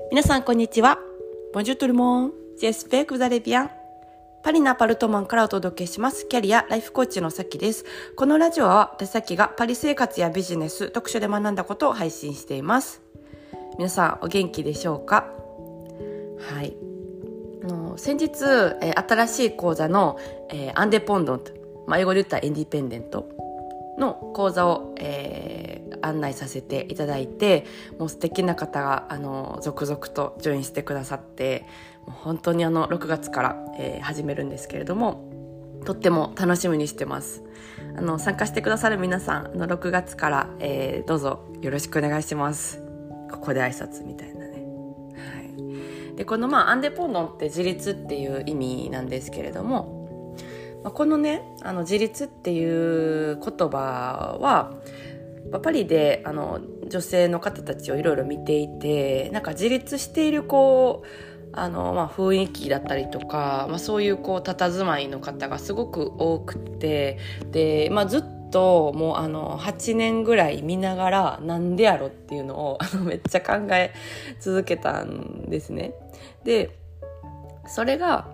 皆さんこんにちは。Bonjour tout le monde. J'espère que vous allez bien. パリのアパルトマンからお届けしますキャリアライフコーチのさきです。このラジオは私さきがパリ生活やビジネス、読書で学んだことを配信しています。皆さんお元気でしょうか？はい。先日、新しい講座の、アンデポンドント、英語で言ったらインディペンデントの講座を、案内させていただいて、もう素敵な方が続々とジョインしてくださって、もう本当に6月から、始めるんですけれども、とっても楽しみにしてます。参加してくださる皆さん、6月から、どうぞよろしくお願いします。ここで挨拶みたいなね。はい。で、このアンデポンドンって自立っていう意味なんですけれども、このね、自立っていう言葉はパリで女性の方たちをいろいろ見ていて、なんか自立している雰囲気だったりとか、そういう佇まいの方がすごく多くて、で、ずっともう8年ぐらい見ながらなんでやろっていうのをめっちゃ考え続けたんですね。で、それが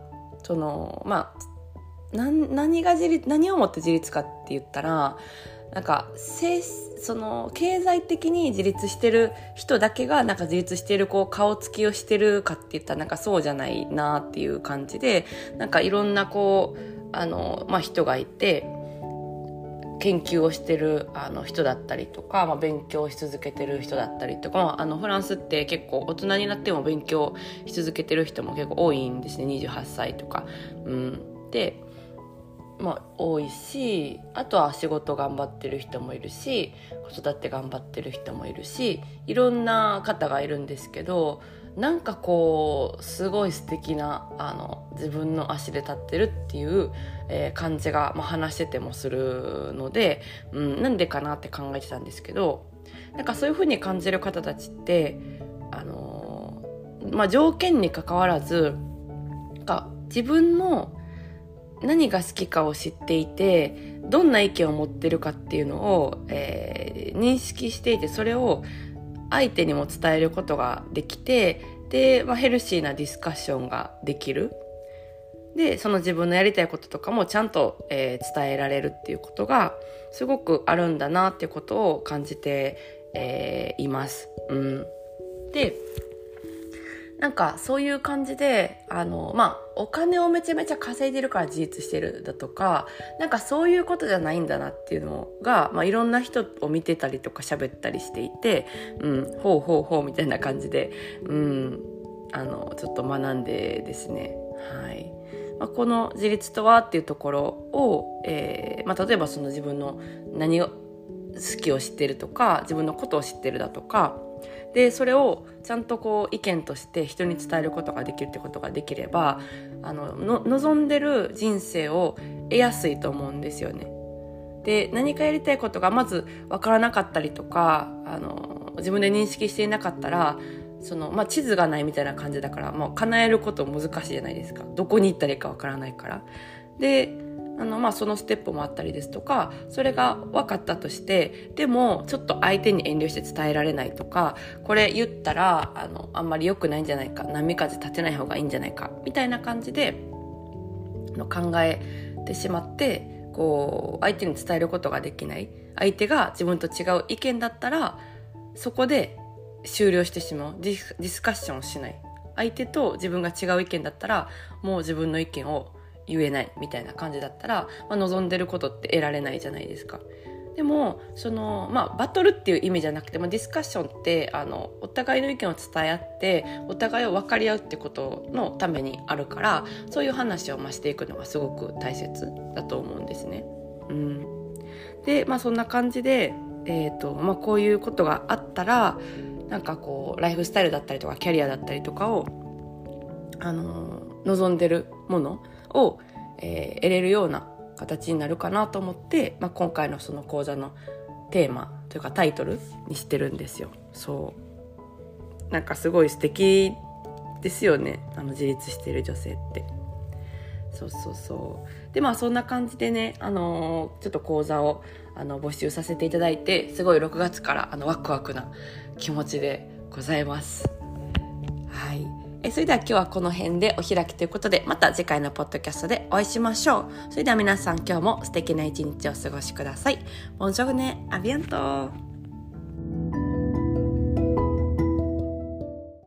何をもって自立かって言ったら、なんか経済的に自立してる人だけがなんか自立してる顔つきをしてるかって言ったらなんかそうじゃないなっていう感じで、なんかいろんな人がいて、研究をしてる人だったりとか、勉強し続けてる人だったりとか、フランスって結構大人になっても勉強し続けてる人も結構多いんですね。28歳とか、で多いし、あとは仕事頑張ってる人もいるし、子育て頑張ってる人もいるし、いろんな方がいるんですけど、なんかすごい素敵な自分の足で立ってるっていう、感じが、話しててもするので、なんでかなって考えてたんですけど、なんかそういう風に感じる方たちって条件に関わらず、自分の何が好きかを知っていて、どんな意見を持ってるかっていうのを、認識していて、それを相手にも伝えることができて、で、ヘルシーなディスカッションができる。で、その自分のやりたいこととかもちゃんと、伝えられるっていうことがすごくあるんだなっていうことを感じて、います。で、なんかそういう感じでお金をめちゃめちゃ稼いでるから自立してるだとか、なんかそういうことじゃないんだなっていうのが、いろんな人を見てたりとか喋ったりしていて、ほうほうほうみたいな感じで、ちょっと学んでですね。はい。この自立とはっていうところを、例えばその自分の何を好きを知ってるとか、自分のことを知ってるだとかで、それをちゃんと意見として人に伝えることができるってことができれば、望んでる人生を得やすいと思うんですよね。で、何かやりたいことがまず分からなかったりとか、自分で認識していなかったら、地図がないみたいな感じだから、叶えること難しいじゃないですか。どこに行ったらいいか分からないから。で、そのステップもあったりですとか、それが分かったとして、でもちょっと相手に遠慮して伝えられないとか、これ言ったらあんまり良くないんじゃないか、波風立てない方がいいんじゃないかみたいな感じで考えてしまって、相手に伝えることができない、相手が自分と違う意見だったらそこで終了してしまう。ディスカッションをしない。相手と自分が違う意見だったらもう自分の意見を言えないみたいな感じだったら、望んでることって得られないじゃないですか。でもバトルっていう意味じゃなくて、ディスカッションってお互いの意見を伝え合ってお互いを分かり合うってことのためにあるから、そういう話をしていくのがすごく大切だと思うんですね。で、そんな感じで、こういうことがあったら、なんかライフスタイルだったりとかキャリアだったりとかを望んでるものを、得れるような形になるかなと思って、今回のその講座のテーマというかタイトルにしてるんですよ。そう、なんかすごい素敵ですよね、自立している女性って。で、そんな感じでね、ちょっと講座を募集させていただいて、すごい6月からワクワクな気持ちでございます。 はい。それでは今日はこの辺でお開きということで、また次回のポッドキャストでお会いしましょう。それでは皆さん今日も素敵な一日をお過ごしください。ボンジョルネ、アビアント。